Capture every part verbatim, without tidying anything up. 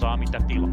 Kuulkaa mitä tilaa.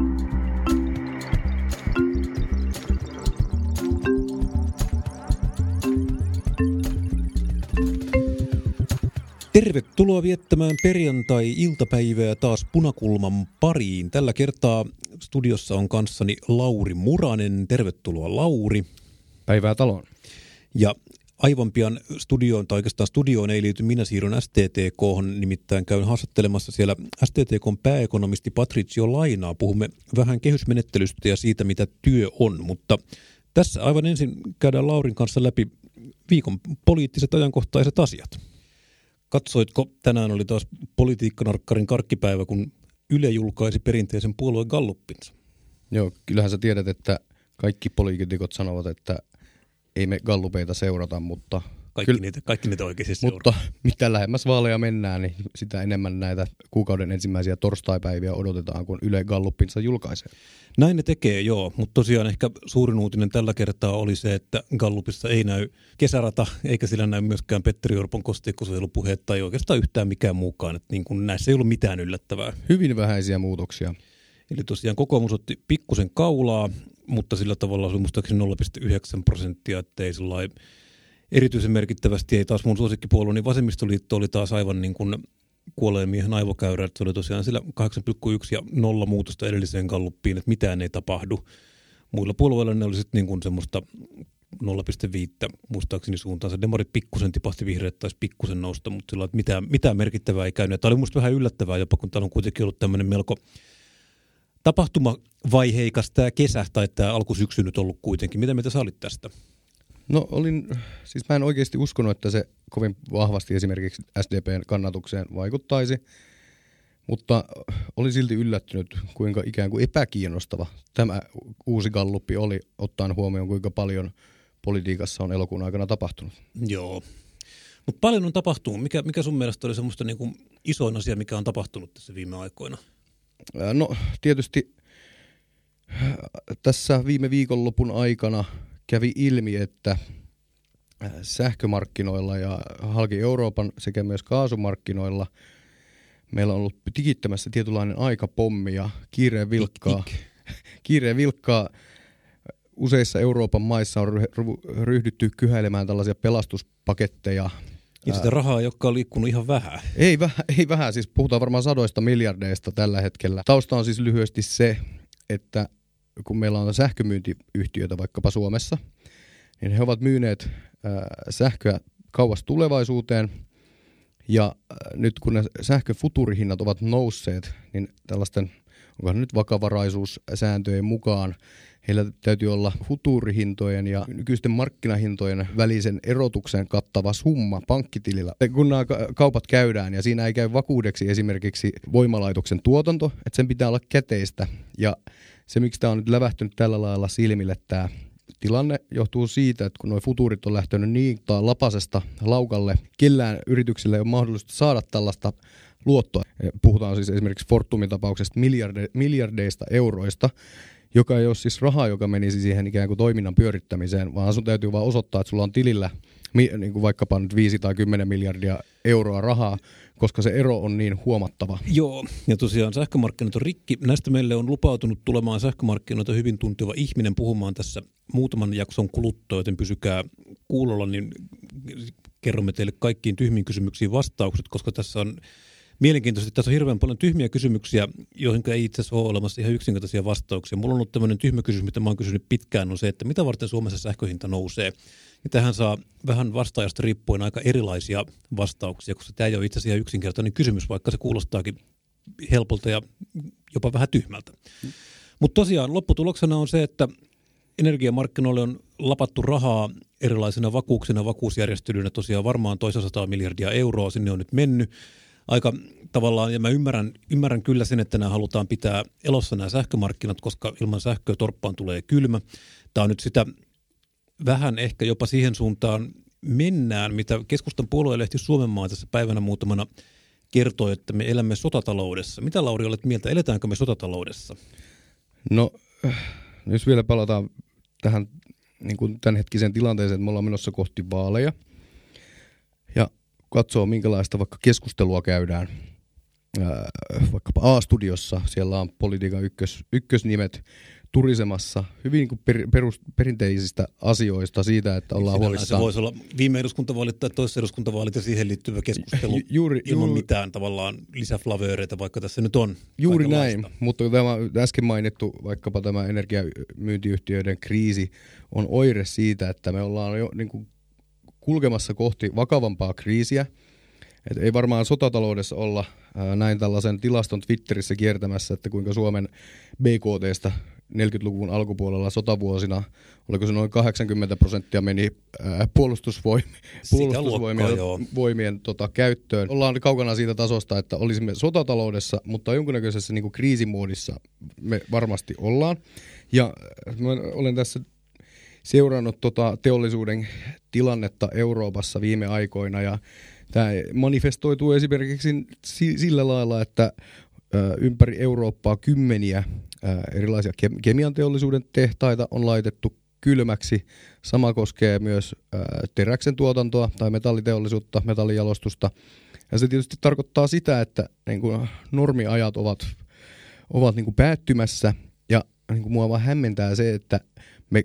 Tervetuloa viettämään perjantai-iltapäivää taas Punakulman pariin. Tällä kertaa studiossa on kanssani Lauri Muranen. Tervetuloa, Lauri. Päivää taloon. Ja aivan pian studioon, tai oikeastaan studioon ei liity, minä siirryn S T T K:hon, nimittäin käyn haastattelemassa siellä S T T K:n pääekonomisti Patricio Lainaa. Puhumme vähän kehysmenettelystä ja siitä, mitä työ on, mutta tässä aivan ensin käydään Laurin kanssa läpi viikon poliittiset ajankohtaiset asiat. Katsoitko, tänään oli taas politiikkanarkkarin karkkipäivä, kun Yle julkaisi perinteisen puolueen galluppinsa? Joo, kyllähän sä tiedät, että kaikki poliitikot sanovat, että ei me gallupeita seurata, mutta Kaikki, kyllä, niitä, kaikki niitä oikeasti seuraa. mutta mitä lähemmäs vaaleja mennään, niin sitä enemmän näitä kuukauden ensimmäisiä torstaipäiviä odotetaan, kun Yle galluppinsa julkaisee. Näin ne tekee, joo, mutta tosiaan ehkä suurin uutinen tällä kertaa oli se, että Gallupissa ei näy kesärata, eikä sillä näy myöskään Petteri Orpon kosteikkosuojelupuheet tai oikeastaan yhtään mikään muukaan. Että niin kuin näissä ei ollut mitään yllättävää. Hyvin vähäisiä muutoksia. Eli tosiaan kokoomus otti pikkusen kaulaa, mutta sillä tavalla oli muistaakseni nolla pilkku yhdeksän prosenttia, ettei sellainen erityisen merkittävästi, ei taas mun suosikkipuolue, niin vasemmistoliitto oli taas aivan niin kuin kuolleen miehen aivokäyrä, että se oli tosiaan sillä kahdeksan pilkku yksi ja nolla muutosta edelliseen galluppiin, että mitään ei tapahdu. Muilla puolueilla ne oli sitten niin kuin semmoista nolla pilkku viisi muistaakseni suuntaan. Se demarit pikkusen tipahti, vihreät taisi pikkusen nousta, mutta sillä että mitään, mitään merkittävää ei käynyt. Tämä oli musta vähän yllättävää jopa, kun täällä on kuitenkin ollut tämmöinen melko tapahtumavaiheikas tämä kesä tai tämä alkusyksy nyt ollut kuitenkin. Mitä mieltä sä olit tästä? No olin, siis mä en oikeasti uskonut, että se kovin vahvasti esimerkiksi S D P:n kannatukseen vaikuttaisi, mutta olin silti yllättynyt, kuinka ikään kuin epäkiinnostava tämä uusi galluppi oli, ottaen huomioon, kuinka paljon politiikassa on elokuun aikana tapahtunut. Joo, mutta paljon on tapahtunut. Mikä, mikä sun mielestä oli semmoista niin kuin isoin asia, mikä on tapahtunut tässä viime aikoina? No tietysti tässä viime viikonlopun aikana kävi ilmi, että sähkömarkkinoilla ja halki Euroopan sekä myös kaasumarkkinoilla meillä on ollut tikittämässä tietynlainen aikapommi ja kiireen vilkkaa. Ik, ik. Kiireen vilkkaa useissa Euroopan maissa on ryhdytty kyhäilemään tällaisia pelastuspaketteja. Ja sitä rahaa, joka on liikkunut ihan vähän. Ei, väh, ei vähän, siis puhutaan varmaan sadoista miljardeista tällä hetkellä. Tausta on siis lyhyesti se, että kun meillä on sähkömyyntiyhtiöitä vaikkapa Suomessa, niin he ovat myyneet ää, sähköä kauas tulevaisuuteen. Ja ää, nyt kun ne sähköfuturihinnat ovat nousseet, niin tällaisten, onkohan nyt vakavaraisuussääntöjen mukaan, heillä täytyy olla futurihintojen ja nykyisten markkinahintojen välisen erotuksen kattava summa pankkitilillä. Kun nämä kaupat käydään ja siinä ei käy vakuudeksi esimerkiksi voimalaitoksen tuotanto, että sen pitää olla käteistä. Ja se, miksi tämä on nyt lävähtynyt tällä lailla silmille tämä tilanne, johtuu siitä, että kun nuo futurit on lähtenyt niin lapasesta laukalle, kellään yrityksille ei ole mahdollista saada tällaista luottoa. Puhutaan siis esimerkiksi Fortumin tapauksesta miljarde, miljardeista euroista, joka ei ole siis rahaa, joka menisi siihen ikään kuin toiminnan pyörittämiseen, vaan sun täytyy vaan osoittaa, että sulla on tilillä niin kuin vaikkapa nyt viisi tai kymmenen miljardia euroa rahaa, koska se ero on niin huomattava. Joo, ja tosiaan sähkömarkkinat on rikki. Näistä meille on lupautunut tulemaan sähkömarkkinoita hyvin tunteva ihminen puhumaan tässä muutaman jakson kuluttua, joten pysykää kuulolla, niin kerromme teille kaikkiin tyhmiin kysymyksiin vastaukset, koska tässä on mielenkiintoisesti, tässä on hirveän paljon tyhmiä kysymyksiä, joihin ei itse asiassa ole olemassa ihan yksinkertaisia vastauksia. Mulla on ollut tämmöinen tyhmä kysymys, mitä mä oon kysynyt pitkään, on se, että mitä varten Suomessa sähköhinta nousee. Ja tähän saa vähän vastaajasta riippuen aika erilaisia vastauksia, koska tämä ei ole itse asiassa ihan yksinkertainen kysymys, vaikka se kuulostaakin helpolta ja jopa vähän tyhmältä. Mm. Mutta tosiaan lopputuloksena on se, että energiamarkkinoille on lapattu rahaa erilaisina vakuuksina, vakuusjärjestelyinä tosiaan varmaan toistasataa miljardia euroa sinne on nyt mennyt. Aika tavallaan, ja mä ymmärrän, ymmärrän kyllä sen, että nämä halutaan pitää elossa nämä sähkömarkkinat, koska ilman sähköä torppaan tulee kylmä. Tämä on nyt sitä vähän ehkä jopa siihen suuntaan mennään, mitä keskustan puoluelehti Suomenmaa tässä päivänä muutamana kertoi, että me elämme sotataloudessa. Mitä Lauri olet mieltä, eletäänkö me sotataloudessa? No, jos vielä palataan tähän niin kuin tämänhetkiseen tilanteeseen, että me ollaan menossa kohti vaaleja ja katsoo, minkälaista vaikka keskustelua käydään ää, vaikkapa A-studiossa, siellä on politiikan ykkös, ykkösnimet turisemassa hyvin niin kuin per, perus, perinteisistä asioista siitä, että ollaan Sinällään huolissaan. Se voisi olla viime eduskuntavaalit tai toisessa eduskuntavaalit ja siihen liittyvä keskustelu juuri, ilman juuri, mitään tavallaan lisäflavööreitä, vaikka tässä nyt on. Juuri näin, mutta tämä äsken mainittu vaikkapa tämä energiamyyntiyhtiöiden kriisi on oire siitä, että me ollaan jo niin kuin kulkemassa kohti vakavampaa kriisiä. Et ei varmaan sotataloudessa olla ää, näin tällaisen tilaston Twitterissä kiertämässä, että kuinka Suomen B K T:stä neljäkymmentäluvun alkupuolella sotavuosina, oliko se noin kahdeksankymmentä prosenttia meni ää, puolustusvoimien, puolustusvoimien luokkaa, voimien, tota, käyttöön. Ollaan kaukana siitä tasosta, että olisimme sotataloudessa, mutta jonkunnäköisessä niin kuin kriisimuodissa me varmasti ollaan. Ja mä olen tässä seurannut tota, teollisuuden tilannetta Euroopassa viime aikoina ja tämä manifestoituu esimerkiksi sillä lailla, että ympäri Eurooppaa kymmeniä erilaisia kemian teollisuuden tehtaita on laitettu kylmäksi. Sama koskee myös teräksen tuotantoa tai metalliteollisuutta, metallijalostusta. Ja se tietysti tarkoittaa sitä, että niin kuin normiajat ovat, ovat niin kuin päättymässä ja niin kuin mua vaan hämmentää se, että me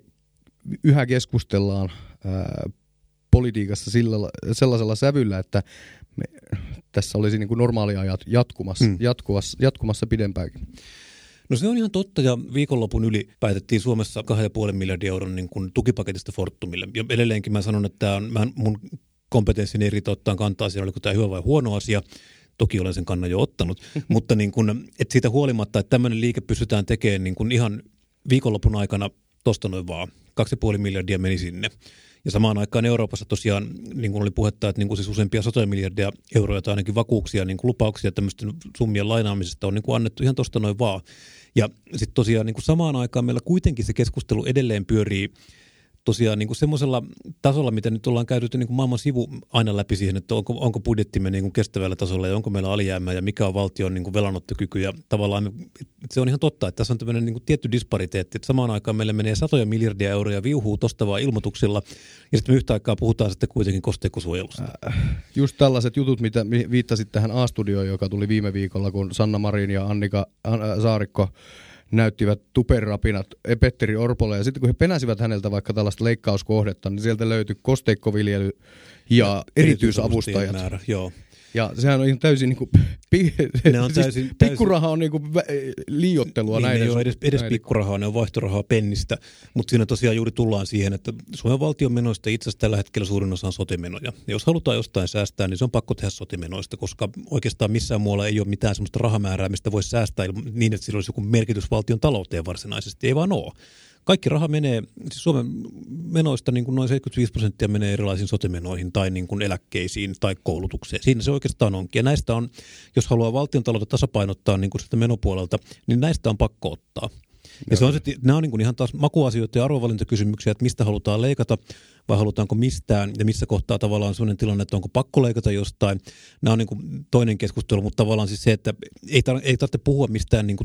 yhä keskustellaan ää, politiikassa sillä, sellaisella sävyllä, että me, tässä olisi niin kuin normaaliajat jatkumassa, hmm. jatkumassa, jatkumassa pidempäänkin. No se on ihan totta, ja viikonlopun yli päätettiin Suomessa kahden pilkku viiden miljardin euron niin kuin tukipaketista Fortumille. Ja edelleenkin mä sanon, että tämä on, mä, mun kompetenssini ei riitä ottaa kantaa siihen, oliko tämä hyvä vai huono asia. Toki olen sen kannan jo ottanut, mutta niin kuin, että siitä huolimatta, että tämmöinen liike pystytään tekemään niin kuin ihan viikonlopun aikana tosta noin vaan. Kaksi ja puoli miljardia meni sinne. Ja samaan aikaan Euroopassa tosiaan, niin kuin oli puhetta, että niin kuin siis useampia satoja miljardia euroja tai ainakin vakuuksia, niin kuin lupauksia tämmöisten summien lainaamisesta on niin kuin annettu ihan tosta noin vaan. Ja sitten tosiaan niin kuin samaan aikaan meillä kuitenkin se keskustelu edelleen pyörii tosiaan niin kuin semmoisella tasolla, mitä nyt ollaan käytetty niin kuin maailman sivu aina läpi siihen, että onko, onko budjettimme niin kuin kestävällä tasolla ja onko meillä alijäämää ja mikä on valtion niin kuin velanottokyky. Ja tavallaan se on ihan totta, että tässä on tämmöinen niin kuin tietty dispariteetti, että samaan aikaan meille menee satoja miljardia euroja viuhuu tosta vaan ilmoituksilla ja sitten me yhtä aikaa puhutaan sitten kuitenkin kosteikkosuojelusta. Äh, just tällaiset jutut, mitä viittasit tähän A-studioon, joka tuli viime viikolla, kun Sanna Marin ja Annika äh, Saarikko näyttivät tuperrapinat Petteri Orpolle, ja sitten kun he penäsivät häneltä vaikka tällaista leikkauskohdetta, niin sieltä löytyi kosteikkoviljely ja, ja erityisavustajat. Määrä, joo. Ja sehän on ihan täysin niin kuin, pi- on siis täysin, pikkuraha on niin kuin liioittelua. Niin, näiden ne ei ole edes, edes pikkurahaa, ne on vaihtorahaa pennistä, mutta siinä tosiaan juuri tullaan siihen, että Suomen valtion menoista itse asiassa tällä hetkellä suurin osa on sote-menoja. Ja jos halutaan jostain säästää, niin se on pakko tehdä sote-menoista, koska oikeastaan missään muualla ei ole mitään sellaista rahamäärää, mistä voisi säästää niin, että sillä olisi joku merkitys valtion talouteen varsinaisesti. Ei vaan ole. Kaikki raha menee, siis Suomen menoista niin kuin noin seitsemänkymmentäviisi prosenttia menee erilaisiin sote-menoihin tai niin kuin eläkkeisiin tai koulutukseen. Siinä se oikeastaan onkin. Ja näistä on, jos haluaa valtiontaloutta tasapainottaa niin kuin sitä menopuolelta, niin näistä on pakko ottaa. Ja se on, nämä on niin kuin ihan taas makuasioita ja arvovalintakysymyksiä, että mistä halutaan leikata vai halutaanko mistään ja missä kohtaa tavallaan on sellainen tilanne, että onko pakko leikata jostain. Nämä on niin kuin toinen keskustelu, mutta tavallaan siis se, että ei, tar- ei tarvitse puhua mistään niin kuin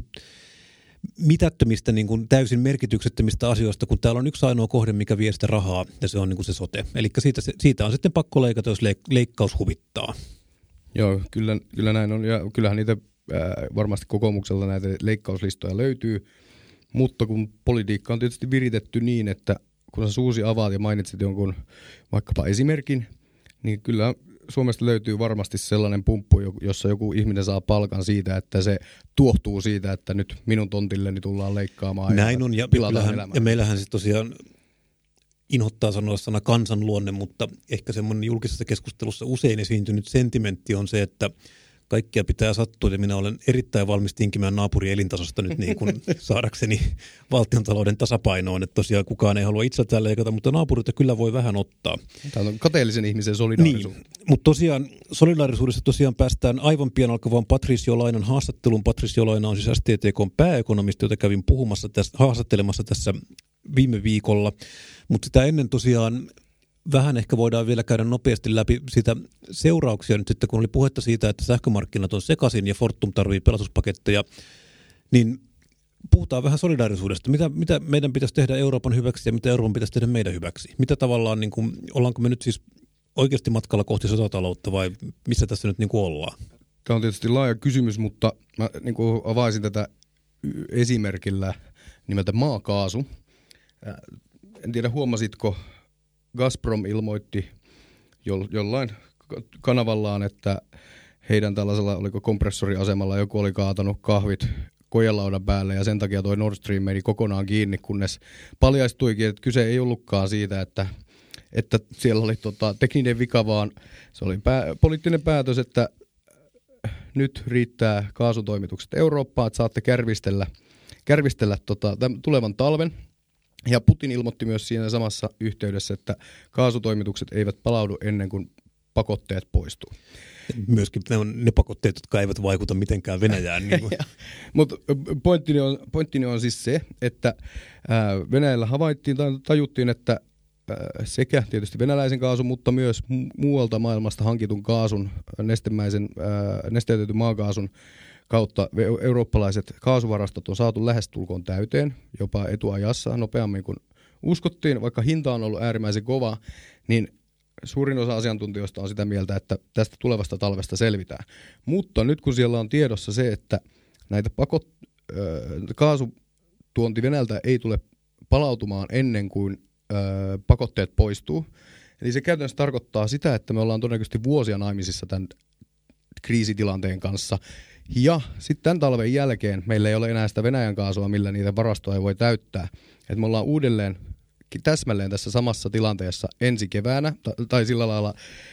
mitättömistä niin kuin täysin merkityksettömistä asioista, kun täällä on yksi ainoa kohde, mikä vie sitä rahaa, ja se on niin kuin se sote. Eli siitä, siitä on sitten pakko leikata, jos leik- leikkaus huvittaa. Joo, kyllä, kyllä näin on, ja kyllähän niitä ää, varmasti kokoomuksella näitä leikkauslistoja löytyy, mutta kun politiikka on tietysti viritetty niin, että kun sä Suusi avaat ja mainitsit jonkun vaikkapa esimerkin, niin kyllä Suomesta löytyy varmasti sellainen pumppu, jossa joku ihminen saa palkan siitä, että se tuohtuu siitä, että nyt minun tontilleni tullaan leikkaamaan. Näin on, ja, ja meillähän se tosiaan inhottaa sanoa sana kansanluonne, mutta ehkä semmoinen julkisessa keskustelussa usein esiintynyt sentimentti on se, että kaikkia pitää sattua, ja minä olen erittäin valmis tinkimään naapurin elintasosta nyt niin kuin saadakseni valtiontalouden tasapainoon, että tosiaan kukaan ei halua itseltään leikata, mutta naapurilta kyllä voi vähän ottaa. Tämä on kateellisen ihmisen solidaarisuus. Niin, mutta tosiaan solidaarisuudessa tosiaan päästään aivan pian alkavaan Patricio Lainan haastatteluun. Patricio Laina on siis S T T K:n pääekonomisti, jota kävin puhumassa tästä, haastattelemassa tässä viime viikolla, mutta sitä ennen tosiaan vähän ehkä voidaan vielä käydä nopeasti läpi sitä seurauksia nyt sitten, kun oli puhetta siitä, että sähkömarkkinat on sekaisin ja Fortum tarvitsee pelastuspaketteja, niin puhutaan vähän solidaarisuudesta. Mitä, mitä meidän pitäisi tehdä Euroopan hyväksi ja mitä Euroopan pitäisi tehdä meidän hyväksi? Mitä tavallaan, niin kuin, ollaanko me nyt siis oikeasti matkalla kohti sotataloutta vai missä tässä nyt niin kuin ollaan? Tämä on tietysti laaja kysymys, mutta mä niin kuin avaisin tätä esimerkillä nimeltä maakaasu. En tiedä, huomasitko, Gazprom ilmoitti jollain kanavallaan, että heidän tällaisella, oliko kompressoriasemalla, joku oli kaatanut kahvit kojelaudan päälle ja sen takia toi Nord Stream meni kokonaan kiinni, kunnes paljastuikin, että kyse ei ollutkaan siitä, että, että siellä oli tota, tekninen vika, vaan se oli pää, poliittinen päätös, että nyt riittää kaasutoimitukset Eurooppaan, että saatte kärvistellä, kärvistellä tota, tämän tulevan talven. Ja Putin ilmoitti myös siinä samassa yhteydessä, että kaasutoimitukset eivät palaudu ennen kuin pakotteet poistuu. Myöskin ne on ne pakotteet, jotka eivät vaikuta mitenkään Venäjään. Niin Mutta pointtini on, pointtini on siis se, että ää, Venäjällä havaittiin tai tajuttiin, että ää, sekä tietysti venäläisen kaasun, mutta myös mu- muualta maailmasta hankitun kaasun, nestemäisen, ää, nesteytetyn maakaasun kautta eurooppalaiset kaasuvarastot on saatu lähestulkoon täyteen, jopa etuajassa nopeammin kuin uskottiin, vaikka hinta on ollut äärimmäisen kova, niin suurin osa asiantuntijoista on sitä mieltä, että tästä tulevasta talvesta selvitään. Mutta nyt kun siellä on tiedossa se, että näitä pakot, äh, kaasutuonti Venäjältä ei tule palautumaan ennen kuin äh, pakotteet poistuu, eli se käytännössä tarkoittaa sitä, että me ollaan todennäköisesti vuosia naimisissa tämän kriisitilanteen kanssa. Ja sitten tämän talven jälkeen meillä ei ole enää sitä Venäjän kaasua, millä niitä varastoja voi täyttää. Et me ollaan uudelleen täsmälleen tässä samassa tilanteessa ensi keväänä, tai sillä lailla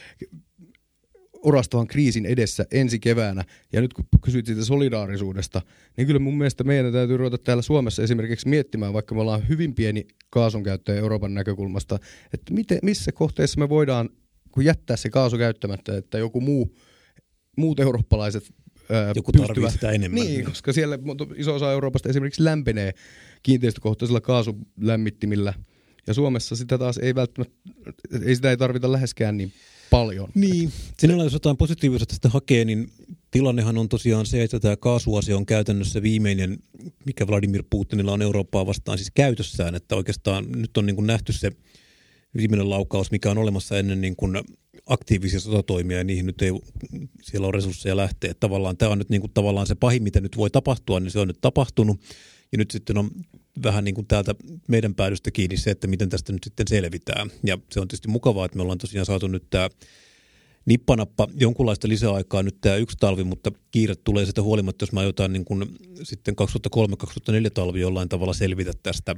orastavan kriisin edessä ensi keväänä. Ja nyt kun kysyit siitä solidaarisuudesta, niin kyllä mun mielestä meidän täytyy ruveta täällä Suomessa esimerkiksi miettimään, vaikka me ollaan hyvin pieni kaasunkäyttäjä Euroopan näkökulmasta, että miten, missä kohteessa me voidaan kun jättää se kaasu käyttämättä, että joku muu, muut eurooppalaiset ää, joku pystyvät, tarvitsee sitä enemmän. Niin, koska siellä iso osa Euroopasta esimerkiksi lämpenee kiinteistökohtaisilla kaasulämmittimillä, ja Suomessa sitä taas ei välttämättä, ei sitä ei tarvita läheskään niin paljon. Niin, sinällään jos jotain positiivista tästä hakee, niin tilannehan on tosiaan se, että tämä kaasuasia on käytännössä viimeinen, mikä Vladimir Putinilla on Eurooppaa vastaan siis käytössään, että oikeastaan nyt on niin kuin nähty se viimeinen laukaus, mikä on olemassa ennen niin kuin aktiivisia sotatoimia, ja niihin nyt ei siellä ole resursseja lähteä. Että tavallaan tämä on nyt niin kuin tavallaan se pahin, mitä nyt voi tapahtua, niin se on nyt tapahtunut, ja nyt sitten on vähän niin kuin täältä meidän päädystä kiinni se, että miten tästä nyt sitten selvitään. Ja se on tietysti mukavaa, että me ollaan tosiaan saatu nyt tämä nippanappa jonkunlaista lisäaikaa nyt tämä yksi talvi, mutta kiire tulee sitä huolimatta, jos me aiotaan niin kuin sitten kaksituhattakolme kaksituhattaneljä talvi jollain tavalla selvitä tästä,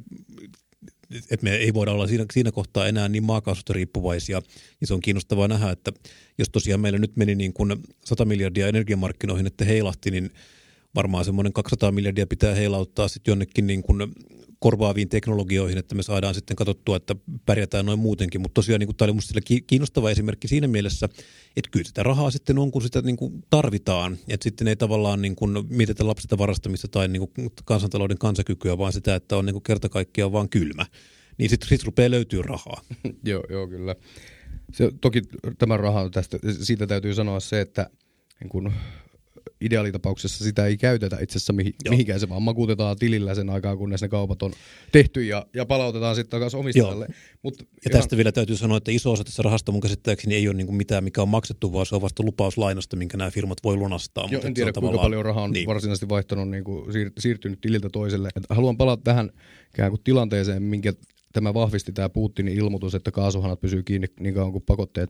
että me ei voida olla siinä, siinä kohtaa enää niin maakaasusta riippuvaisia. Ja se on kiinnostavaa nähdä, että jos tosiaan meillä nyt meni niin kuin sata miljardia energiamarkkinoihin, että heilahti, niin varmaan semmoinen kaksisataa miljardia pitää heilauttaa sitten jonnekin niin kuin korvaaviin teknologioihin, että me saadaan sitten katsottua, että pärjätään noin muutenkin. Mutta tosiaan niin kuin tämä oli musta kiinnostava esimerkki siinä mielessä, että kyllä sitä rahaa sitten on, kun sitä niin kuin tarvitaan. Että sitten ei tavallaan niin kuin mietitä lapsista varastamista tai niin kuin kansantalouden kansakykyä, vaan sitä, että on niin kuin kerta kaikkiaan vaan kylmä. Niin sitten sit rupeaa löytyä rahaa. Joo, joo, kyllä. Se, toki tämän rahan tästä, siitä täytyy sanoa se, että niin kun ideaalitapauksessa sitä ei käytetä itse asiassa mihin, mihinkään, se vaan makuutetaan tilillä sen aikaa, kunnes ne kaupat on tehty ja, ja palautetaan sitten takaisin omistajalle. Mut ja ihan tästä vielä täytyy sanoa, että iso osa tässä rahasta mun käsittääkseni ei ole niin kuin mitään, mikä on maksettu, vaan se on vasta lupauslainasta, minkä nämä firmat voi lunastaa. Jo, en tiedä, kuinka tavallaan paljon rahaa on niin varsinaisesti vaihtanut, niin kuin siir, siirtynyt tililtä toiselle. Et haluan palata tähän ikään kuin tilanteeseen, minkä tämä vahvisti tämä Putinin ilmoitus, että kaasuhanat pysyy kiinni niin kauan kuin pakotteet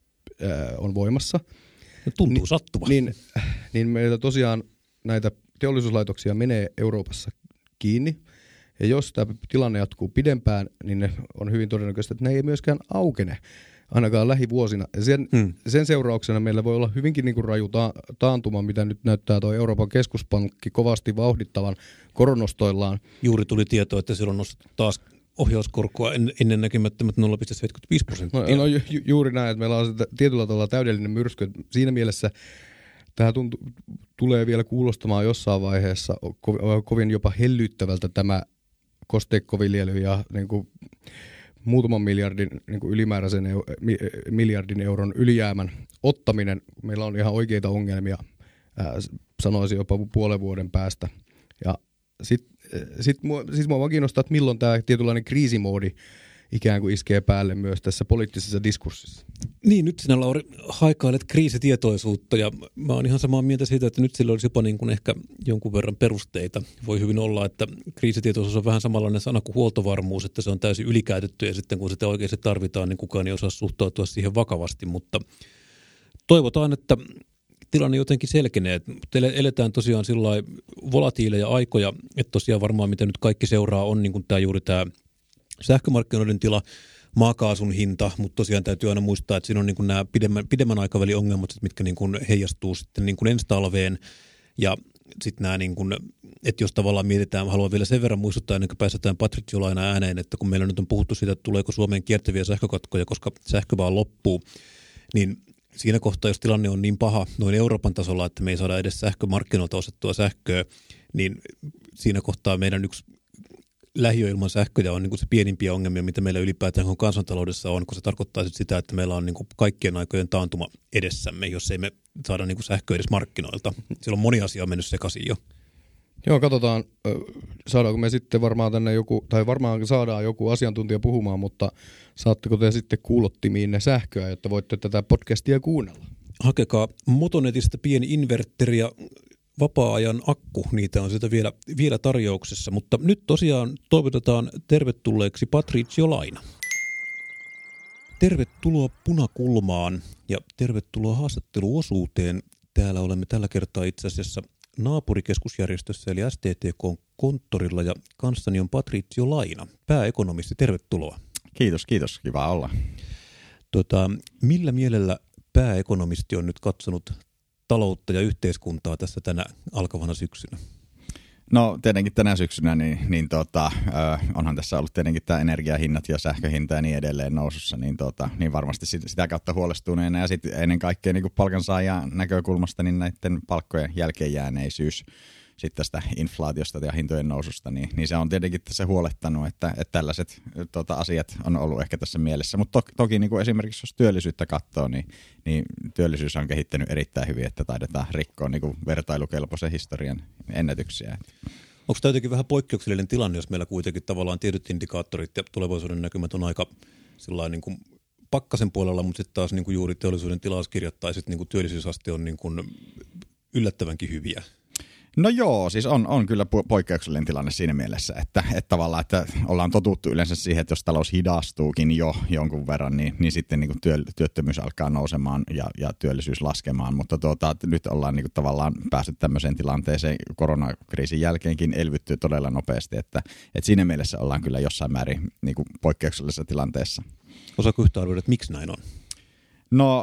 ää, on voimassa. Tuntuu sattuva. Niin, niin meillä tosiaan näitä teollisuuslaitoksia menee Euroopassa kiinni. Ja jos tämä tilanne jatkuu pidempään, niin ne on hyvin todennäköistä, että ne ei myöskään aukene ainakaan lähivuosina. Ja sen, hmm. sen seurauksena meillä voi olla hyvinkin niin kuin raju ta- taantuma, mitä nyt näyttää tuo Euroopan keskuspankki kovasti vauhdittavan koronostoillaan. Juuri tuli tieto, että siellä on nostettu taas ohjauskorkoa en, ennen näkemättömät nolla pilkku seitsemänkymmentäviisi prosenttia. No, no ju, juuri näin, että meillä on tietyllä tavalla täydellinen myrsky. Siinä mielessä tämä tuntuu, tulee vielä kuulostamaan jossain vaiheessa ko, kovin jopa hellyttävältä tämä kosteikkoviljely ja niin kuin muutaman miljardin niin kuin ylimääräisen eu, mi, miljardin euron ylijäämän ottaminen. Meillä on ihan oikeita ongelmia, ää, sanoisin jopa puolen vuoden päästä. Ja sitten Sitten mua, siis mua vaan kiinnostaa, että milloin tämä tietynlainen kriisimoodi ikään kuin iskee päälle myös tässä poliittisessa diskurssissa. Niin, nyt sinä Lauri haikailet kriisitietoisuutta ja mä oon ihan samaa mieltä siitä, että nyt sillä olisi jopa niin kuin ehkä jonkun verran perusteita. Voi hyvin olla, että kriisitietoisuus on vähän samanlainen sana kuin huoltovarmuus, että se on täysin ylikäytetty ja sitten kun sitä oikeasti tarvitaan, niin kukaan ei osaa suhtautua siihen vakavasti, mutta toivotaan, että tilanne jotenkin selkenee. Eletään tosiaan sillai volatiileja aikoja, että tosiaan varmaan mitä nyt kaikki seuraa on niin kuin tämä juuri tämä sähkömarkkinoiden tila, maakaasun hinta, mutta tosiaan täytyy aina muistaa, että siinä on niin kuin nämä pidemmän, pidemmän aikavälin ongelmat, mitkä niin kuin heijastuu sitten niin kuin ensi talveen ja sitten nämä, niin kuin, että jos tavallaan mietitään, haluan vielä sen verran muistuttaa ennen kuin pääsetään Patritsiolaina ääneen, että kun meillä nyt on puhuttu siitä, että tuleeko Suomeen kiertäviä sähkökatkoja, koska sähkö vaan loppuu, niin siinä kohtaa, jos tilanne on niin paha noin Euroopan tasolla, että me ei saada edes sähkömarkkinoilta ostettua sähköä, niin siinä kohtaa meidän yksi lähiö ilman sähköjä on niin kuin se pienimpiä ongelmia, mitä meillä ylipäätään kun kansantaloudessa on, kun se tarkoittaa sitä, että meillä on niin kuin kaikkien aikojen taantuma edessämme, jos ei me saada niin kuin sähköä edes markkinoilta. Siellä on moni asia mennyt sekaisin jo. Joo, katsotaan, saadaanko me sitten varmaan tänne joku, tai varmaan saadaan joku asiantuntija puhumaan, mutta saatteko te sitten kuulottimiin ne sähköä, jotta voitte tätä podcastia kuunnella? Hakekaa Motonetista pieni invertteri ja vapaa-ajan akku, niitä on sitä vielä, vielä tarjouksessa, mutta nyt tosiaan toivotetaan tervetulleeksi Patritsiolaina. Tervetuloa Punakulmaan ja tervetuloa haastatteluosuuteen. Täällä olemme tällä kertaa itse asiassa naapurikeskusjärjestössä eli S T T K-konttorilla ja kanssani on Patritsiolaina, pääekonomisti. Tervetuloa. Kiitos, kiitos. Kiva olla. Tota, millä mielellä pääekonomisti on nyt katsonut taloutta ja yhteiskuntaa tässä tänä alkavana syksynä? No tietenkin tänä syksynä, niin, niin tota, äh, onhan tässä ollut tietenkin tämä energiahinnat ja sähköhinta ja niin edelleen nousussa, niin, tota, niin varmasti sitä, sitä kautta huolestuneena ja sitten ennen kaikkea niin kuin palkansaajan näkökulmasta niin näiden palkkojen jälkeenjääneisyys sitten tästä inflaatiosta ja hintojen noususta, niin, niin se on tietenkin tässä huolettanut, että, että tällaiset tota, asiat on ollut ehkä tässä mielessä. Mutta to, toki niin kuin esimerkiksi jos työllisyyttä katsoo, niin, niin työllisyys on kehittynyt erittäin hyvin, että taidetaan rikkoa niin kuin vertailukelpoisen historian ennätyksiä. Onko tämä jotenkin vähän poikkeuksellinen tilanne, jos meillä kuitenkin tavallaan tietyt indikaattorit ja tulevaisuuden näkymät on aika sillain niin kuin pakkasen puolella, mutta sitten taas niin kuin juuri teollisuuden tilauskirjat tai sitten niin kuin työllisyysaste on niin kuin yllättävänkin hyviä? No joo, siis on, on kyllä poikkeuksellinen tilanne siinä mielessä, että, että tavallaan että ollaan totuttu yleensä siihen, että jos talous hidastuukin jo jonkun verran, niin, niin sitten niin kuin työ, työttömyys alkaa nousemaan ja, ja työllisyys laskemaan, mutta tuota, nyt ollaan niin kuin tavallaan päässyt tämmöiseen tilanteeseen koronakriisin jälkeenkin elvyttyy todella nopeasti, että, että siinä mielessä ollaan kyllä jossain määrin niin kuin poikkeuksellisessa tilanteessa. Osaako yhtä arvioida, että miksi näin on? No,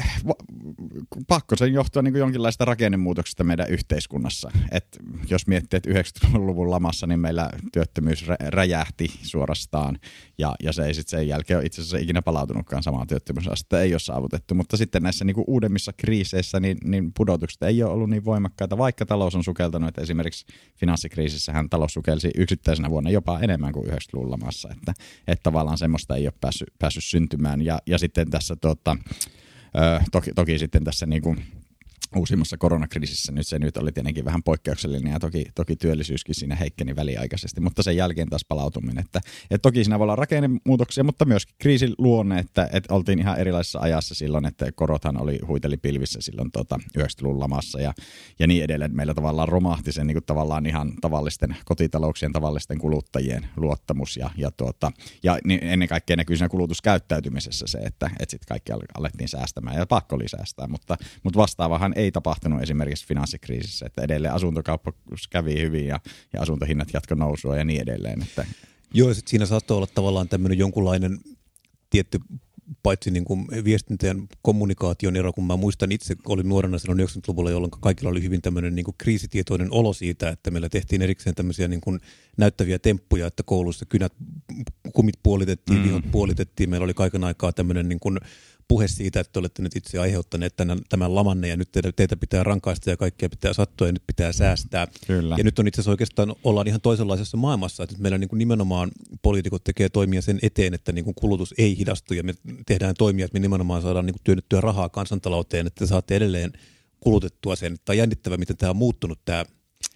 pakko sen johtua niin kuin jonkinlaista rakennemuutoksesta meidän yhteiskunnassa. Et jos miettii, että yhdeksänkymmentäluvun lamassa, niin meillä työttömyys räjähti suorastaan, ja, ja se ei sitten sen jälkeen ole itse asiassa ikinä palautunutkaan samaan työttömyysastetta, ei ole saavutettu. Mutta sitten näissä niin kuin uudemmissa kriiseissä niin, niin pudotukset ei ole ollut niin voimakkaita, vaikka talous on sukeltanut. Että esimerkiksi finanssikriisissähän talous sukelsi yksittäisenä vuonna jopa enemmän kuin yhdeksänkymmentäluvun lamassa. Että, että tavallaan semmoista ei ole päässyt, päässyt syntymään. Ja, ja sitten tässä tuota, Ö, toki, toki sitten tässä niin kuin uusimmassa koronakriisissä nyt se nyt oli tietenkin vähän poikkeuksellinen ja toki, toki työllisyyskin siinä heikkeni väliaikaisesti, mutta sen jälkeen taas palautuminen. Että, että toki siinä voi olla rakennemuutoksia, mutta myöskin kriisin luonne, että, että oltiin ihan erilaisessa ajassa silloin, että korothan oli huiteli pilvissä silloin tuota, yhdeksänkymmentäluvun lamassa ja, ja niin edelleen. Meillä tavallaan romahti sen niin kuin tavallaan ihan tavallisten kotitalouksien, tavallisten kuluttajien luottamus ja, ja, tuota, ja niin ennen kaikkea näkyy siinä kulutuskäyttäytymisessä se, että, että sitten kaikki alettiin säästämään ja pakko oli säästää, mutta, mutta vastaavahan ei tapahtunut esimerkiksi finanssikriisissä, että edelleen asuntokauppa kävi hyvin ja, ja asuntohinnat jatko nousua ja niin edelleen. Että. Joo, sit siinä saattoi olla tavallaan tämmöinen jonkunlainen tietty, paitsi niin kuin viestintä ja kommunikaation ero, kun mä muistan itse, olin nuorena silloin yhdeksänkymmentäluvulla, jolloin kaikilla oli hyvin tämmöinen niin kuin kriisitietoinen olo siitä, että meillä tehtiin erikseen tämmöisiä niin kuin näyttäviä temppuja, että koulussa kynät, kumit puolitettiin, mm. vihot puolitettiin, meillä oli kaiken aikaa tämmöinen niin kuin puhe siitä, että olette nyt itse aiheuttaneet tämän, tämän lamanne ja nyt teitä, teitä pitää rankaista ja kaikkea pitää sattua ja nyt pitää säästää. Kyllä. Ja nyt on itse asiassa oikeastaan, ollaan ihan toisenlaisessa maailmassa, että meillä niin kuin nimenomaan poliitikot tekee toimia sen eteen, että niin kuin kulutus ei hidastu ja me tehdään toimia, että me nimenomaan saadaan niin kuin työnnettyä rahaa kansantalouteen, että saatte edelleen kulutettua sen. Tämä on jännittävä, miten tämä on muuttunut tämä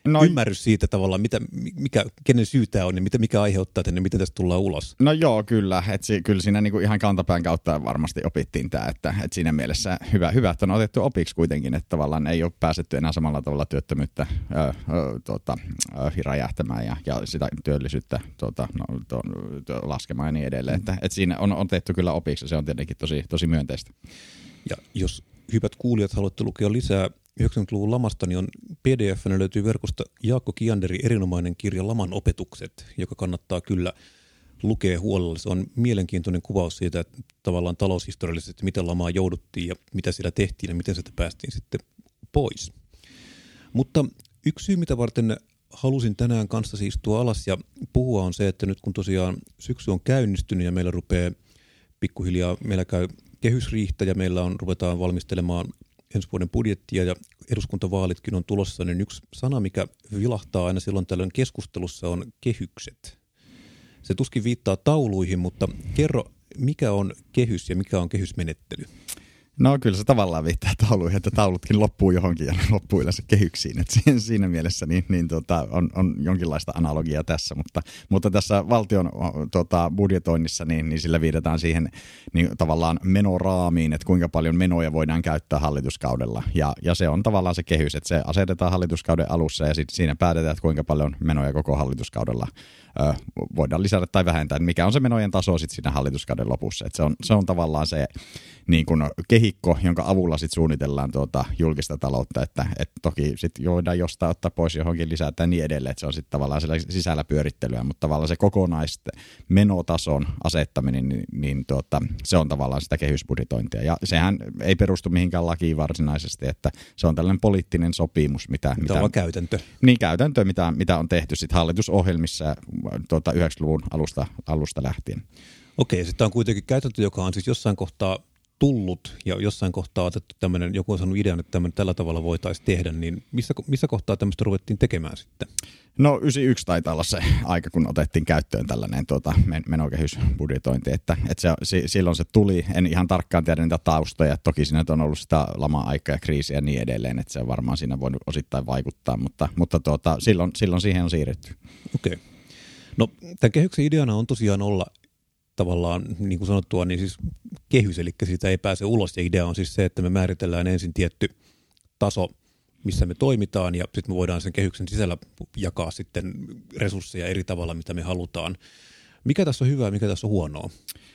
no, ymmärrys siitä tavallaan, mitä, mikä, kenen syy tämä on ja mitä, mikä aiheuttaa tänne, miten tästä tullaan ulos? No joo, kyllä. Et si, kyllä siinä niinku ihan kantapään kautta varmasti opittiin tämä, että et siinä mielessä hyvä, hyvä, että on otettu opiksi kuitenkin, että tavallaan ei ole päästetty enää samalla tavalla työttömyyttä ö, ö, tuota, ö, räjähtämään ja, ja sitä työllisyyttä tuota, no, to, to, laskemaan ja niin edelleen. Mm. Että et siinä on otettu kyllä opiksi ja se on tietenkin tosi, tosi myönteistä. Ja jos hyvät kuulijat haluatte lukea lisää yhdeksänkymmentäluvun lamasta, niin on P D F, löytyy verkosta Jaakko Kianderin erinomainen kirja Laman opetukset, joka kannattaa kyllä lukea huolella. Se on mielenkiintoinen kuvaus siitä, että tavallaan taloushistoriallisesti, miten lamaan jouduttiin ja mitä siellä tehtiin ja miten sitä päästiin sitten pois. Mutta yksi syy, mitä varten halusin tänään kanssasi istua alas ja puhua, on se, että nyt kun tosiaan syksy on käynnistynyt ja meillä rupeaa pikkuhiljaa, meillä käy kehysriihtä ja meillä on, ruvetaan valmistelemaan ensi vuoden budjettia ja eduskuntavaalitkin on tulossa, niin yksi sana, mikä vilahtaa aina silloin tällöin keskustelussa, on kehykset. Se tuskin viittaa tauluihin, mutta kerro, mikä on kehys ja mikä on kehysmenettely? No kyllä se tavallaan viittaa tauluihin, että taulutkin loppuu johonkin ja loppuu yleensä kehyksiin. Et siinä mielessä niin, niin tota, on, on jonkinlaista analogiaa tässä, mutta, mutta tässä valtion tota, budjetoinnissa niin, niin sillä viitataan siihen niin, tavallaan menoraamiin, että kuinka paljon menoja voidaan käyttää hallituskaudella. Ja, ja se on tavallaan se kehys, että se asetetaan hallituskauden alussa ja sitten siinä päätetään, että kuinka paljon menoja koko hallituskaudella ö, voidaan lisätä tai vähentää. Että mikä on se menojen taso sitten siinä hallituskauden lopussa. Et se, on, se on tavallaan se niin kuin kehikko, jonka avulla sit suunnitellaan tuota julkista taloutta, että et toki sitten voidaan jostain ottaa pois johonkin lisää tai niin edelleen, että se on sitten tavallaan sisällä pyörittelyä, mutta tavallaan se kokonaismenotason asettaminen, niin, niin tuota, se on tavallaan sitä kehysbudjetointia. Ja sehän ei perustu mihinkään lakiin varsinaisesti, että se on tällainen poliittinen sopimus, mitä... mitä on käytäntö. Niin, käytäntö, mitä, mitä on tehty sitten hallitusohjelmissa tuota, yhdeksänkymmentäluvun alusta, alusta lähtien. Okei, ja sitten on kuitenkin käytäntö, joka on siis jossain kohtaa tullut ja jossain kohtaa otettu tämmöinen, joku on saanut idean, että tämmöinen tällä tavalla voitaisiin tehdä, niin missä, missä kohtaa tämmöistä ruvettiin tekemään sitten? No yhdeksänkymmentäyksi taitaa olla se aika, kun otettiin käyttöön tällainen tuota, menokehysbudjetointi, että, että se, silloin se tuli, en ihan tarkkaan tiedä niitä taustoja, toki siinä on ollut sitä lama-aikaa ja kriisiä ja niin edelleen, että se on varmaan siinä voinut osittain vaikuttaa, mutta, mutta tuota, silloin, silloin siihen on siirrytty. Okei. No tämän kehyksen ideana on tosiaan olla tavallaan, niin kuin sanottua, niin siis kehys, eli siitä ei pääse ulos. Ja idea on siis se, että me määritellään ensin tietty taso, missä me toimitaan, ja sitten me voidaan sen kehyksen sisällä jakaa sitten resursseja eri tavalla, mitä me halutaan. Mikä tässä on hyvää, mikä tässä on huonoa?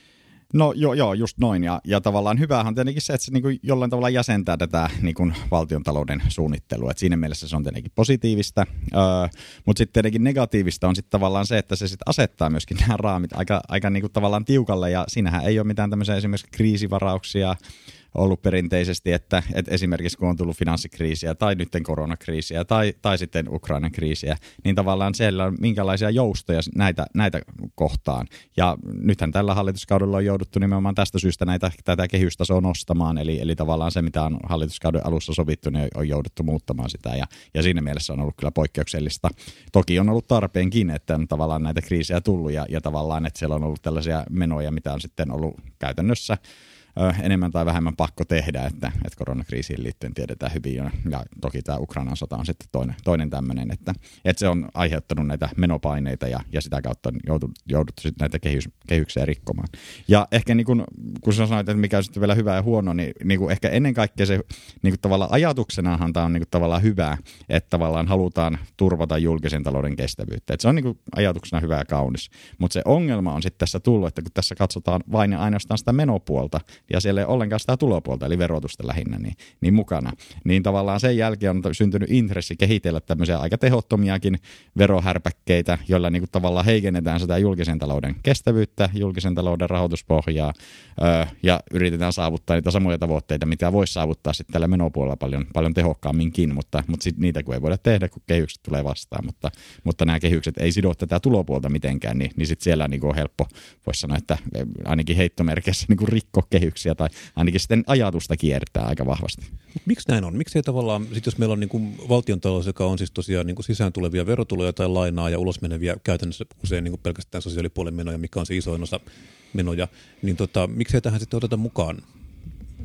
No joo, joo just noin. Ja, ja tavallaan hyvähän on tietenkin se, että se niin kuin jollain tavalla jäsentää tätä niin kuin valtiontalouden suunnittelua. Et siinä mielessä se on tietenkin positiivista, öö, mutta sitten tietenkin negatiivista on sitten tavallaan se, että se sitten asettaa myöskin nämä raamit aika, aika niin kuin tavallaan tiukalle. Ja siinähän ei ole mitään tämmöisiä esimerkiksi kriisivarauksia ollut perinteisesti, että, että esimerkiksi kun on tullut finanssikriisiä tai nyt koronakriisiä tai, tai sitten Ukrainan kriisiä, niin tavallaan siellä on minkälaisia joustoja näitä, näitä kohtaan. Ja nythän tällä hallituskaudella on jouduttu nimenomaan tästä syystä näitä, tätä kehystasoa nostamaan, eli, eli tavallaan se, mitä on hallituskauden alussa sovittu, niin on jouduttu muuttamaan sitä, ja, ja siinä mielessä on ollut kyllä poikkeuksellista. Toki on ollut tarpeenkin, että on tavallaan näitä kriisejä tullut, ja, ja tavallaan, että siellä on ollut tällaisia menoja, mitä on sitten ollut käytännössä enemmän tai vähemmän pakko tehdä, että, että koronakriisiin liittyen tiedetään hyvin, ja, ja toki tämä Ukrainan sota on sitten toinen, toinen tämmöinen, että, että se on aiheuttanut näitä menopaineita, ja, ja sitä kautta on jouduttu, jouduttu sitten näitä kehys, kehyksiä rikkomaan. Ja ehkä niin kun, kun sä sanoit, että mikä on sitten vielä hyvä ja huono, niin, niin kuin ehkä ennen kaikkea se niin kuin tavallaan ajatuksenahan tämä on niin kuin tavallaan hyvä, että tavallaan halutaan turvata julkisen talouden kestävyyttä. Että se on niin kuin ajatuksena hyvä ja kaunis, mutta se ongelma on sitten tässä tullut, että kun tässä katsotaan vain ja ainoastaan sitä menopuolta, ja siellä ei ollenkaan sitä tulopuolta, eli verotusta lähinnä, niin, niin mukana. Niin tavallaan sen jälkeen on syntynyt intressi kehitellä tämmöisiä aika tehottomiakin verohärpäkkeitä, joilla niin kuin tavallaan heikennetään sitä julkisen talouden kestävyyttä, julkisen talouden rahoituspohjaa, öö, ja yritetään saavuttaa niitä samoja tavoitteita, mitä voisi saavuttaa sitten tällä menopuolella paljon, paljon tehokkaamminkin, mutta, mutta sit niitä kun ei voida tehdä, kun kehykset tulee vastaan, mutta, mutta nämä kehykset ei sido tätä tulopuolta mitenkään, niin, niin sitten siellä niin kuin on helppo, voisi sanoa, että ainakin heittomerkeissä niin kuin rikko kehyksiä, tai ainakin sitten ajatusta kiertää aika vahvasti. Miksi näin on? Miksi ei tavallaan, sit jos meillä on niin kuin valtiontalous, joka on siis tosiaan niin kuin sisään tulevia verotuloja tai lainaa ja ulos meneviä käytännössä usein niin kuin pelkästään sosiaalipuolen menoja, mikä on se isoin osa menoja, niin tota, miksi ei tähän sitten oteta mukaan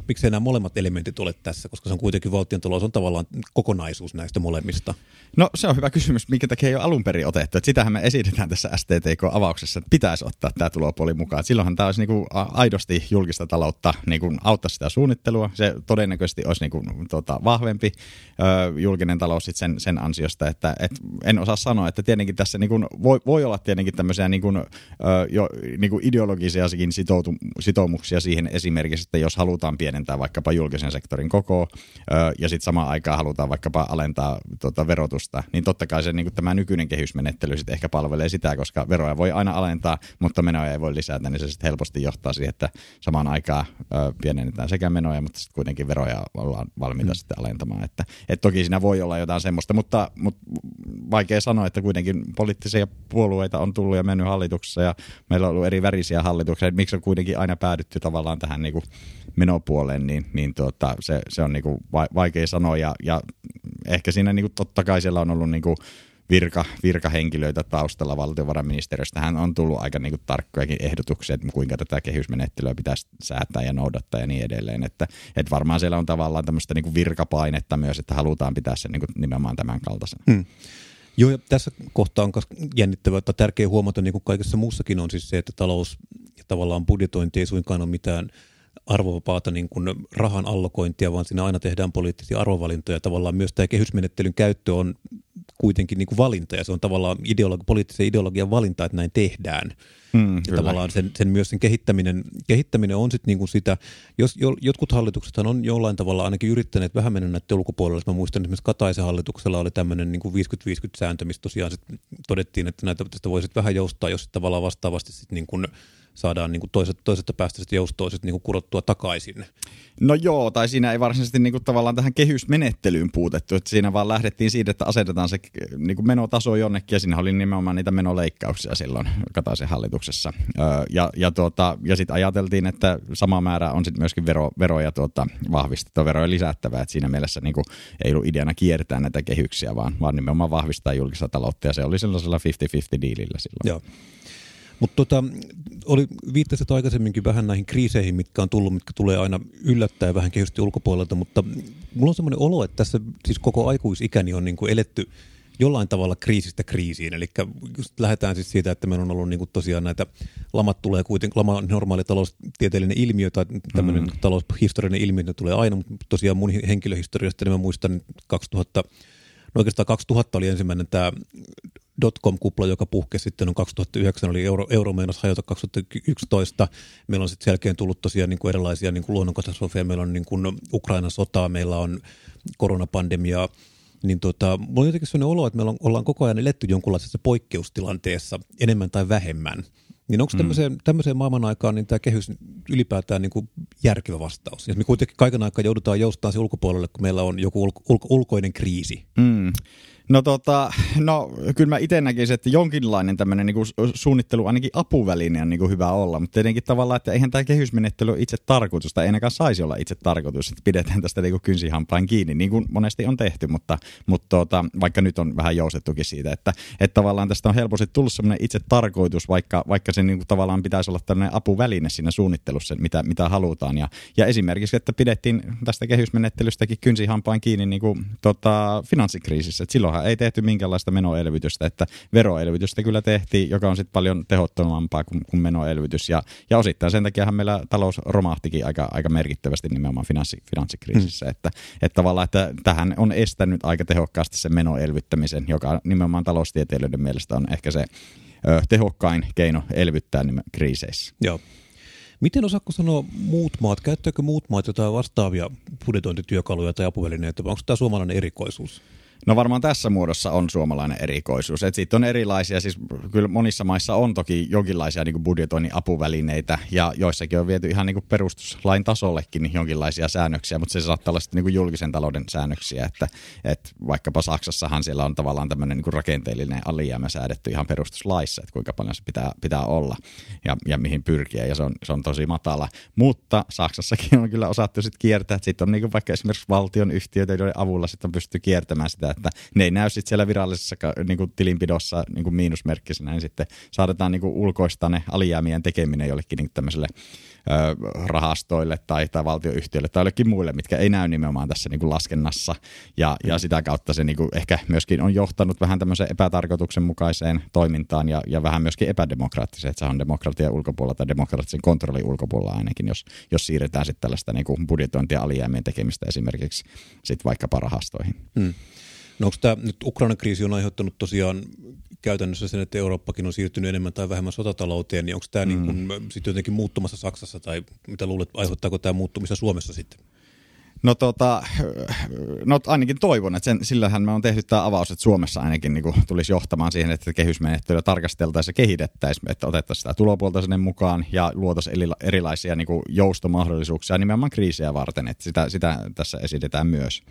miksei nämä molemmat elementit ole tässä, koska se on kuitenkin valtiontalous on tavallaan kokonaisuus näistä molemmista? No se on hyvä kysymys, minkä takia ei ole alun perin otettu. Että sitähän me esitetään tässä S T T K-avauksessa, että pitäisi ottaa tämä tulopuoli mukaan. Silloinhan tämä olisi niin kuin aidosti julkista taloutta, niin kuin auttaa sitä suunnittelua. Se todennäköisesti olisi niin kuin, tuota, vahvempi ö, julkinen talous sit sen, sen ansiosta. Että, et en osaa sanoa, että tietenkin tässä niin kuin voi, voi olla tietenkin tämmöisiä niin kuin, ö, jo, niin kuin ideologisiakin sitoutu, sitoumuksia siihen esimerkiksi, että jos halutaan pienentää vaikkapa julkisen sektorin kokoa ö, ja sitten samaan aikaan halutaan vaikkapa alentaa tuota, verotusta, niin totta kai se niin kuin tämä nykyinen kehysmenettely sitten ehkä palvelee sitä, koska veroja voi aina alentaa, mutta menoja ei voi lisätä, niin se sitten helposti johtaa siihen, että samaan aikaan ö, pienennetään sekä menoja, mutta sitten kuitenkin veroja ollaan valmiita mm. sitten alentamaan. Että, et toki siinä voi olla jotain semmoista, mutta, mutta vaikea sanoa, että kuitenkin poliittisia puolueita on tullut ja mennyt hallituksessa ja meillä on ollut eri värisiä hallituksia, että miksi on kuitenkin aina päädytty tavallaan tähän niin kuin menopuoleen, niin, niin tuota, se, se on niin kuin vaikea sanoa ja, ja ehkä siinä niin kuin totta kai siellä on ollut niin kuin virka, virkahenkilöitä taustalla valtiovarainministeriöstä. Hän on tullut aika niin kuin tarkkojakin ehdotuksia, että kuinka tätä kehysmenettelyä pitäisi säätää ja noudattaa ja niin edelleen. Että, että varmaan siellä on tavallaan tämmöistä niin kuin virkapainetta myös, että halutaan pitää se niin kuin nimenomaan tämän kaltaisen. Hmm. Joo, ja tässä kohtaa on jännittävää, että tärkeä huomata, niin kuin kaikessa muussakin on siis se, että talous ja tavallaan budjetointi ei suinkaan ole mitään arvovapaata niin kuin rahan allokointia, vaan siinä aina tehdään poliittisia arvovalintoja. Tavallaan myös tämä kehysmenettelyn käyttö on kuitenkin niin kuin valinta, ja se on tavallaan ideologi- poliittisen ideologian valinta, että näin tehdään. Mm, ja tavallaan sen, sen myös sen kehittäminen, kehittäminen on sitten niin kuin sitä, jos jo, jotkut hallituksethan on jollain tavalla ainakin yrittäneet vähän mennä näiden ulkopuolelle. Mä muistan esimerkiksi Kataisen hallituksella oli tämmöinen niin kuin viisikymmentä viisikymmentä sääntö, mistä tosiaan sit todettiin, että näitä tästä voi sitten vähän joustaa, jos sit tavallaan vastaavasti sitten niin kuin saadaan niin kuin toiset, toisesta päästä sitten joustoa sitten niin kuin kurottua takaisin. No joo, tai siinä ei varsinaisesti niin kuin tavallaan tähän kehysmenettelyyn puutettu, että siinä vaan lähdettiin siitä, että asetetaan se niin kuin menotaso jonnekin, ja siinä oli nimenomaan niitä menoleikkauksia silloin Kataisen hallituksessa. Öö, ja ja, tuota, ja sitten ajateltiin, että sama määrä on sitten myöskin vero, veroja tuota, vahvistettua, veroja lisättävää, että siinä mielessä niin kuin ei ollut ideana kiertää näitä kehyksiä, vaan, vaan nimenomaan vahvistaa julkista taloutta, ja se oli sellaisella viisikymmentä viisikymmentä diilillä silloin. Joo. Mutta tota, oli viittasit aikaisemminkin vähän näihin kriiseihin, mitkä on tullut, mitkä tulee aina yllättäen vähän kehysten ulkopuolelta, mutta mulla on semmoinen olo, että tässä siis koko aikuisikäni on niin kuin eletty jollain tavalla kriisistä kriisiin. Eli just lähdetään siis siitä, että meillä on ollut niin kuin tosiaan näitä, lamat tulee kuitenkin, lama on normaali taloustieteellinen ilmiö tai tämmöinen mm. taloushistoriallinen ilmiö, ne tulee aina, mutta tosiaan mun henkilöhistoriasta, niin mä muistan kaksituhatta, no oikeastaan kaksituhatta oli ensimmäinen tämä dotcom-kupla, joka puhkesi sitten on kaksituhattayhdeksän, oli euro, euro meinasi hajota kaksituhattayksitoista. Meillä on sitten jälkeen tullut tosiaan niin kuin erilaisia niin kuin luonnonkatastrofeja, meillä on niin kuin Ukrainan sotaa, meillä on koronapandemiaa. Niin tota, mulla on jotenkin sellainen olo, että meillä on, ollaan koko ajan eletty jonkunlaisessa poikkeustilanteessa enemmän tai vähemmän. Niin onko tämmöiseen, mm. tämmöiseen maailman aikaan niin tämä kehys ylipäätään niin kuin järkevä vastaus? Ja me kuitenkin kaiken aikaa joudutaan joustamaan se ulkopuolelle, kun meillä on joku ulko, ulko, ulkoinen kriisi. Mm. No tota, no kyllä mä itse näkisin, että jonkinlainen tämmöinen niinku suunnittelu, ainakin apuväline on niinku hyvä olla, mutta tietenkin tavallaan, että eihän tämä kehysmenettely ole itse tarkoitus, tai ei ainakaan saisi olla itse tarkoitus, että pidetään tästä niinku kynsihampain kiinni, niin kuin monesti on tehty, mutta, mutta tota, vaikka nyt on vähän joustettukin siitä, että, että tavallaan tästä on helposti tullut semmoinen itse tarkoitus, vaikka, vaikka se niinku tavallaan pitäisi olla tämmöinen apuväline siinä suunnittelussa, mitä, mitä halutaan, ja, ja esimerkiksi, että pidettiin tästä kehysmenettelystäkin kynsihampain kiinni niinku, tota, finanssikriisissä, että silloin ei tehty minkäänlaista menoelvytystä, että veroelvytystä kyllä tehtiin, joka on sitten paljon tehottomampaa kuin, kuin menoelvytys, ja, ja osittain sen takiahan meillä talous romahtikin aika, aika merkittävästi nimenomaan finanssi, finanssikriisissä, mm. että, että tavallaan, että tähän on estänyt aika tehokkaasti sen menoelvyttämisen, joka nimenomaan taloustieteilijöiden mielestä on ehkä se ö, tehokkain keino elvyttää kriiseissä. Joo. Miten osaatko sanoa muut maat, käyttääkö muut maat jotain vastaavia budjetointityökaluja tai apuvälineitä, vai onko tämä suomalainen erikoisuus? No varmaan tässä muodossa on suomalainen erikoisuus. Että sitten on erilaisia, siis kyllä monissa maissa on toki jonkinlaisia niin kuin budjetoinnin apuvälineitä ja joissakin on viety ihan niin kuin perustuslain tasollekin jonkinlaisia säännöksiä, mutta se saattaa olla sitten niin kuin julkisen talouden säännöksiä, että, että vaikkapa Saksassahan siellä on tavallaan tämmöinen niin kuin rakenteellinen alijäämä säädetty ihan perustuslaissa, että kuinka paljon se pitää, pitää olla ja, ja mihin pyrkiä ja se on, se on tosi matala. Mutta Saksassakin on kyllä osattu sitten kiertää, että sitten on niin kuin vaikka esimerkiksi valtion yhtiöitä, joiden avulla sitten on pystytty kiertämään sitä, että ne ei näy sitten siellä virallisessa niin kuin tilinpidossa niin kuin miinusmerkkisenä, niin sitten saatetaan niin kuin ulkoistaa ne alijäämien tekeminen jollekin niin tämmöiselle ö, rahastoille tai, tai valtioyhtiöille tai jollekin muille, mitkä ei näy nimenomaan tässä niin kuin laskennassa, ja, ja sitä kautta se niin kuin ehkä myöskin on johtanut vähän tämmöiseen epätarkoituksenmukaiseen toimintaan ja, ja vähän myöskin epädemokraattiseen, että se on demokratian ulkopuolella tai demokraattisen kontrollin ulkopuolella ainakin, jos, jos siirretään sitten tällaista niin kuin budjetointia alijäämien tekemistä esimerkiksi sitten vaikkapa rahastoihin. Hmm. No onko tämä nyt Ukrainan kriisi on aiheuttanut tosiaan käytännössä sen, että Eurooppakin on siirtynyt enemmän tai vähemmän sotatalouteen, niin onko tämä mm. niin sitten jotenkin muuttumassa Saksassa tai mitä luulet, aiheuttaako tämä muuttumista Suomessa sitten? No, tota, no ainakin toivon, että sen, sillähän me on tehty tämä avaus, että Suomessa ainakin niin kuin tulisi johtamaan siihen, että kehysmenettelyä tarkasteltaisiin ja kehitettäisiin, että otettaisiin sitä tulopuolta sinne mukaan ja luotaisiin erilaisia niin kuin joustomahdollisuuksia nimenomaan kriisiä varten, että sitä, sitä tässä esitetään myös.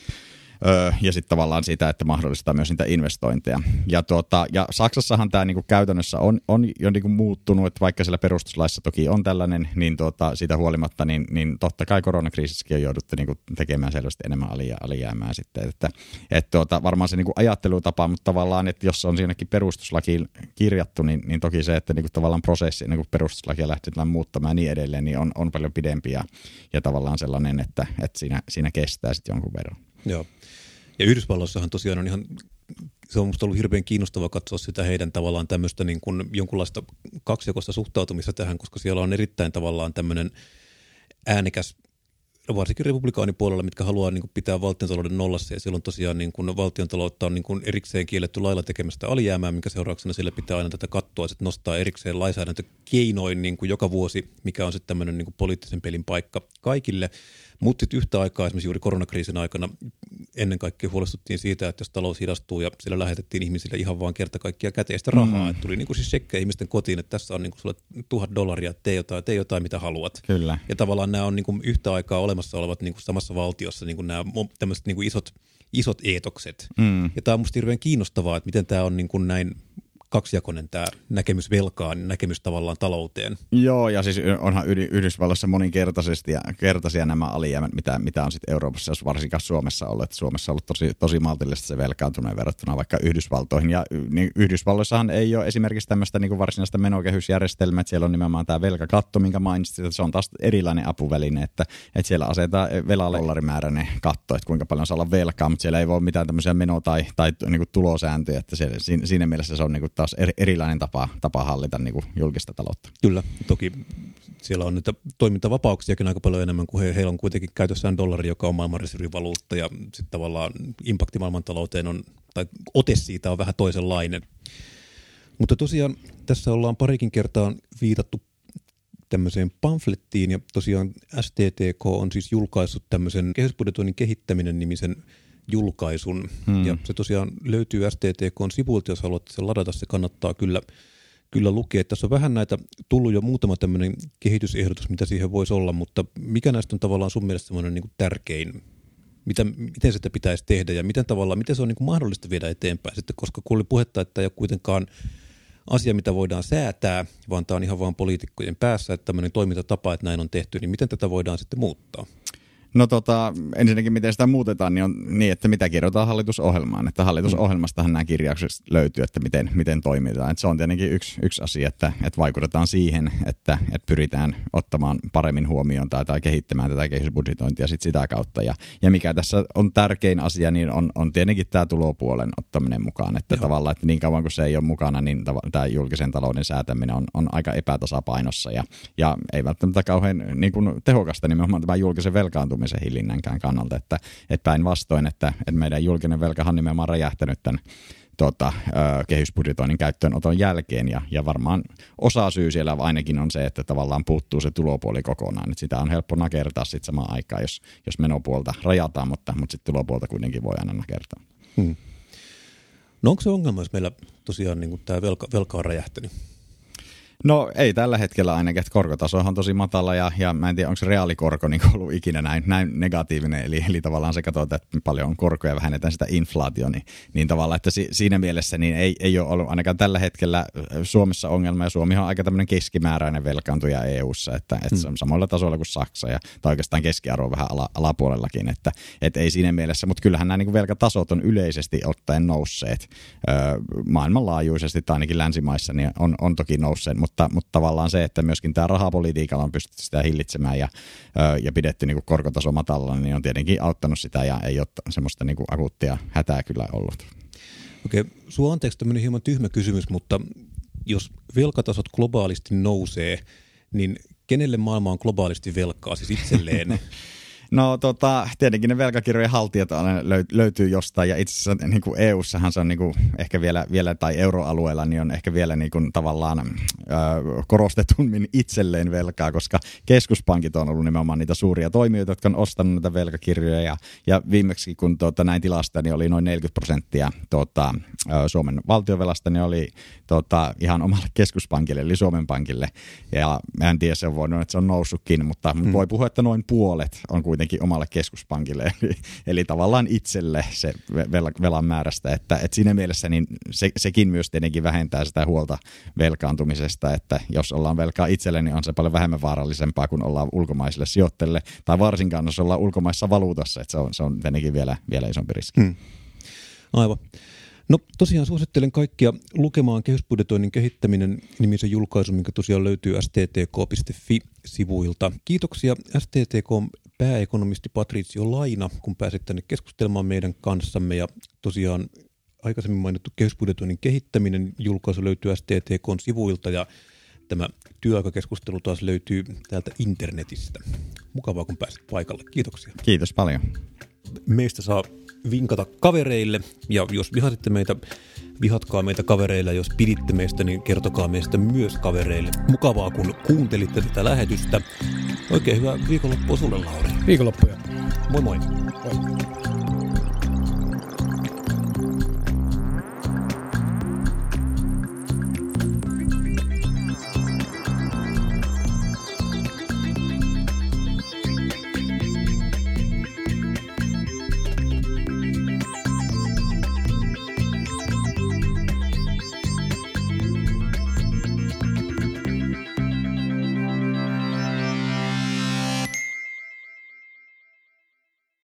Öö, ja sitten tavallaan sitä, että mahdollistaa myös niitä investointeja. Ja, tuota, ja Saksassahan tämä niinku käytännössä on, on jo niinku muuttunut, että vaikka siellä perustuslaissa toki on tällainen, niin tuota, siitä huolimatta, niin, niin totta kai koronakriisissäkin on jouduttu niinku tekemään selvästi enemmän alijää, alijäämää sitten. Että, et tuota, varmaan se niinku ajattelutapa, mutta tavallaan, että jos on siinäkin perustuslakiin kirjattu, niin, niin toki se, että niinku tavallaan prosessi, niin kun perustuslakia lähdetään muuttamaan ja niin edelleen, niin on, on paljon pidempi ja, ja tavallaan sellainen, että, että siinä, siinä kestää sitten jonkun verran. Joo. Ja Yhdysvalloissahan tosiaan on ihan, se on musta ollut hirveän kiinnostavaa katsoa sitä heidän tavallaan tämmöistä niin kuin jonkunlaista kaksijakoista suhtautumista tähän, koska siellä on erittäin tavallaan tämmöinen äänekäs, varsinkin republikaanipuolella, mitkä haluaa niin kuin pitää valtiontalouden nollassa, ja silloin tosiaan niin kuin valtiontaloutta on niin kuin erikseen kielletty lailla tekemästä alijäämää, minkä seurauksena sillä pitää aina tätä kattoa sitten nostaa erikseen lainsäädäntökeinoin niin kuin joka vuosi, mikä on sitten tämmöinen niin kuin poliittisen pelin paikka kaikille. Mutta sitten yhtä aikaa esimerkiksi juuri koronakriisin aikana ennen kaikkea huolestuttiin siitä, että jos talous hidastuu ja siellä lähetettiin ihmisille ihan vaan kerta kaikkiaan käteistä rahaa. Mm. Että tuli niin kuin siis shekkejä ihmisten kotiin, että tässä on niin kuin sulle tuhat dollaria, tee jotain, tee jotain mitä haluat. Kyllä. Ja tavallaan nämä on niin kuin yhtä aikaa olemassa olevat niin kuin samassa valtiossa niin kuin nämä tämmöiset niin kuin isot, isot eetokset. Mm. Ja tämä on musta hirveän kiinnostavaa, että miten tämä on niin kuin näin kaksijakoinen tämä näkemys velkaan, näkemys tavallaan talouteen. Joo, ja siis onhan Yhdysvalloissa moninkertaisesti ja kertaisia nämä alijäämät, mitä, mitä on sitten Euroopassa, jos varsinkaan Suomessa ollut. Suomessa on ollut tosi, tosi maltillista se velkaantuminen verrattuna vaikka Yhdysvaltoihin. Ja niin Yhdysvalloissahan ei ole esimerkiksi tämmöistä niin kuin varsinaista menokehysjärjestelmää, että siellä on nimenomaan tämä velkakatto, minkä mainitsit, että se on taas erilainen apuväline, että, että siellä asetetaan velalle dollarimääräinen katto, että kuinka paljon saa olla velkaa, mutta siellä ei voi mitään tämmöisiä meno- tai, tai niin kuin tulosääntöjä, että siellä, siinä mielessä se on niin kuin taas erilainen tapa, tapa hallita niin kuin julkista taloutta. Kyllä, toki siellä on niitä toimintavapauksiakin aika paljon enemmän, kun he, heillä on kuitenkin käytössään dollari, joka on maailman reservivaluutta, ja sitten tavallaan impakti maailmantalouteen on, tai ote siitä on vähän toisenlainen. Mutta tosiaan tässä ollaan parikin kertaa viitattu tämmöiseen pamflettiin, ja tosiaan S T T K on siis julkaissut tämmöisen kehysbudjetoinnin kehittäminen nimisen julkaisun, hmm. ja se tosiaan löytyy S T T K:n sivuilta, jos haluatte sen ladata, se kannattaa kyllä, kyllä lukea. Tässä on vähän näitä tullut jo muutama tämmöinen kehitysehdotus, mitä siihen voisi olla, mutta mikä näistä on tavallaan sun mielestä semmoinen niin kuin tärkein, mitä, miten sitä pitäisi tehdä ja miten tavallaan, miten se on niin kuin mahdollista viedä eteenpäin sitten, koska kun oli puhetta, että ei ole kuitenkaan asia, mitä voidaan säätää, vaan tämä on ihan vaan poliitikkojen päässä, että tämmöinen toimintatapa, että näin on tehty, niin miten tätä voidaan sitten muuttaa? No tota, ensinnäkin miten sitä muutetaan, niin on niin, että mitä kirjoitetaan hallitusohjelmaan. Että hallitusohjelmastahan nämä kirjaukset löytyy, että miten, miten toimitaan. Että se on tietenkin yksi, yksi asia, että, että vaikutetaan siihen, että, että pyritään ottamaan paremmin huomioon tai, tai kehittämään tätä kehysbudjetointia sit sitä kautta. Ja, ja mikä tässä on tärkein asia, niin on, on tietenkin tämä tulopuolen ottaminen mukaan. Että Joo. tavallaan, että niin kauan kuin se ei ole mukana, niin tämä julkisen talouden säätäminen on, on aika epätasapainossa. Ja, ja ei välttämättä kauhean niin kuin tehokasta nimenomaan tämän julkisen velkaantumisen se hillinnänkään kannalta, että, että päinvastoin, että, että meidän julkinen velkahan on nimenomaan räjähtänyt tämän tota, kehysbudjetoinnin käyttöönoton jälkeen, ja, ja varmaan osa syy siellä ainakin on se, että tavallaan puuttuu se tulopuoli kokonaan, että sitä on helppo nakertaa sitten samaan aikaan, jos, jos menopuolta rajataan, mutta, mutta sitten tulopuolta kuitenkin voi aina nakertaa. Hmm. No onko se ongelma, jos meillä tosiaan niin tämä velka, velka on räjähtänyt? No ei tällä hetkellä ainakin, että korkotaso on tosi matala ja, ja mä en tiedä, onko se reaalikorko niin ollut ikinä näin, näin negatiivinen, eli, eli tavallaan se katsotaan, että paljon on korkoja ja vähennetään sitä inflaatio, niin, niin tavallaan, että si, siinä mielessä niin ei, ei ole ollut ainakaan tällä hetkellä Suomessa ongelma, ja Suomi on aika tämmöinen keskimääräinen velkaantuja E U:ssa, että, että se on samalla tasolla kuin Saksa, ja, tai oikeastaan keskiarvo vähän ala, alapuolellakin, että, että ei siinä mielessä, mutta kyllähän nämä niin kuin velkatasot on yleisesti ottaen nousseet öö, maailmanlaajuisesti, tai ainakin länsimaissa, niin on, on toki nousseet, mutta, mutta tavallaan se, että myöskin tämä rahapolitiikalla on pystytty sitä hillitsemään ja, ja pidetty niin kuin korkotaso matalalla, niin on tietenkin auttanut sitä ja ei ole semmoista niin kuin akuuttia hätää kyllä ollut. Okei, sua anteeksi tämmöinen hieman tyhmä kysymys, mutta jos velkatasot globaalisti nousee, niin kenelle maailma on globaalisti velkaa, siis itselleen? No tota, tietenkin ne velkakirjojen haltijat löytyy jostain, ja itse asiassa niin kuin E U:ssahan se on niin kuin ehkä vielä, vielä, tai euroalueella, niin on ehkä vielä niin kuin tavallaan ö, korostetummin itselleen velkaa, koska keskuspankit on ollut nimenomaan niitä suuria toimijoita, jotka on ostanut näitä velkakirjoja, ja, ja viimeksi kun tuota, näin tilasta, niin oli noin neljäkymmentä prosenttia tuota, Suomen valtionvelasta, niin oli tuota, ihan omalle keskuspankille, eli Suomen Pankille, ja mä en tiedä, se on voinut, että se on noussutkin, mutta hmm. voi puhua, että noin puolet on kuitenkin omalle keskuspankille, eli, eli tavallaan itselle se velan määrästä, että, että siinä mielessä niin se, sekin myös tietenkin vähentää sitä huolta velkaantumisesta, että jos ollaan velkaa itselle, niin on se paljon vähemmän vaarallisempaa kuin ollaan ulkomaisille sijoittajille, tai varsinkaan jos ollaan ulkomaisessa valuutassa, että se on, se on tietenkin vielä, vielä isompi riski. Hmm. Aivan. No tosiaan suosittelen kaikkia lukemaan Kehysbudjetoinnin kehittäminen -nimisen julkaisu, minkä tosiaan löytyy s t t k piste f i -sivuilta. Kiitoksia S T T K:n pääekonomisti Patrizio Laina, kun pääsit tänne keskustelemaan meidän kanssamme. Ja tosiaan aikaisemmin mainittu Kehysbudjetoinnin kehittäminen -julkaisu löytyy S T T K:n sivuilta ja tämä työaikakeskustelu taas löytyy täältä internetistä. Mukavaa, kun pääsit paikalle. Kiitoksia. Kiitos paljon. Meistä saa vinkata kavereille, ja jos vihasitte meitä, vihatkaa meitä kavereille, jos piditte meistä, niin kertokaa meistä myös kavereille. Mukavaa, kun kuuntelitte tätä lähetystä. Oikein hyvää viikonloppua sulle, Lauri. Viikonloppuja. Moi moi. Moi.